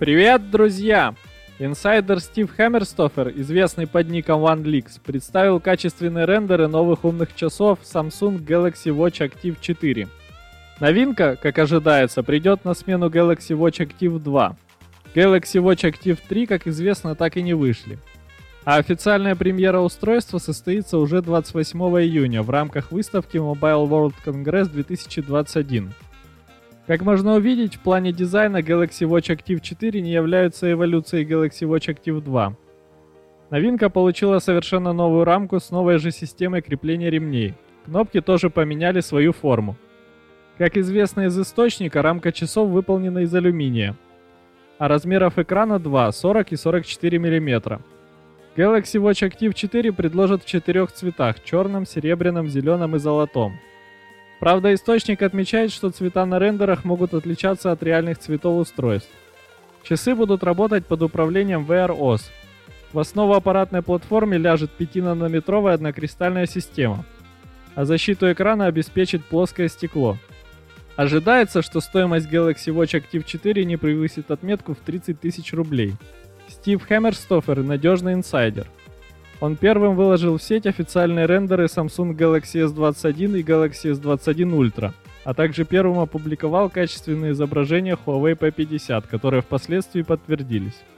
Привет, друзья! Инсайдер Стив Хэммерстофер, известный под ником OneLeaks, представил качественные рендеры новых умных часов Samsung Galaxy Watch Active 4. Новинка, как ожидается, придет на смену Galaxy Watch Active 2. Galaxy Watch Active 3, как известно, так и не вышли. А официальная премьера устройства состоится уже 28 июня в рамках выставки Mobile World Congress 2021. Как можно увидеть, в плане дизайна Galaxy Watch Active 4 не являются эволюцией Galaxy Watch Active 2. Новинка получила совершенно новую рамку с новой же системой крепления ремней. Кнопки тоже поменяли свою форму. Как известно из источника, рамка часов выполнена из алюминия, а размеров экрана 2, 40 и 44 мм. Galaxy Watch Active 4 предложат в 4 цветах: черном, серебряном, зеленом и золотом. Правда, источник отмечает, что цвета на рендерах могут отличаться от реальных цветов устройств. Часы будут работать под управлением Wear OS. В основу аппаратной платформы ляжет 5-нанометровая однокристальная система, а защиту экрана обеспечит плоское стекло. Ожидается, что стоимость Galaxy Watch Active 4 не превысит отметку в 30 тысяч рублей. Стив Хэммерстофер – надежный инсайдер. Он первым выложил в сеть официальные рендеры Samsung Galaxy S21 и Galaxy S21 Ultra, а также первым опубликовал качественные изображения Huawei P50, которые впоследствии подтвердились.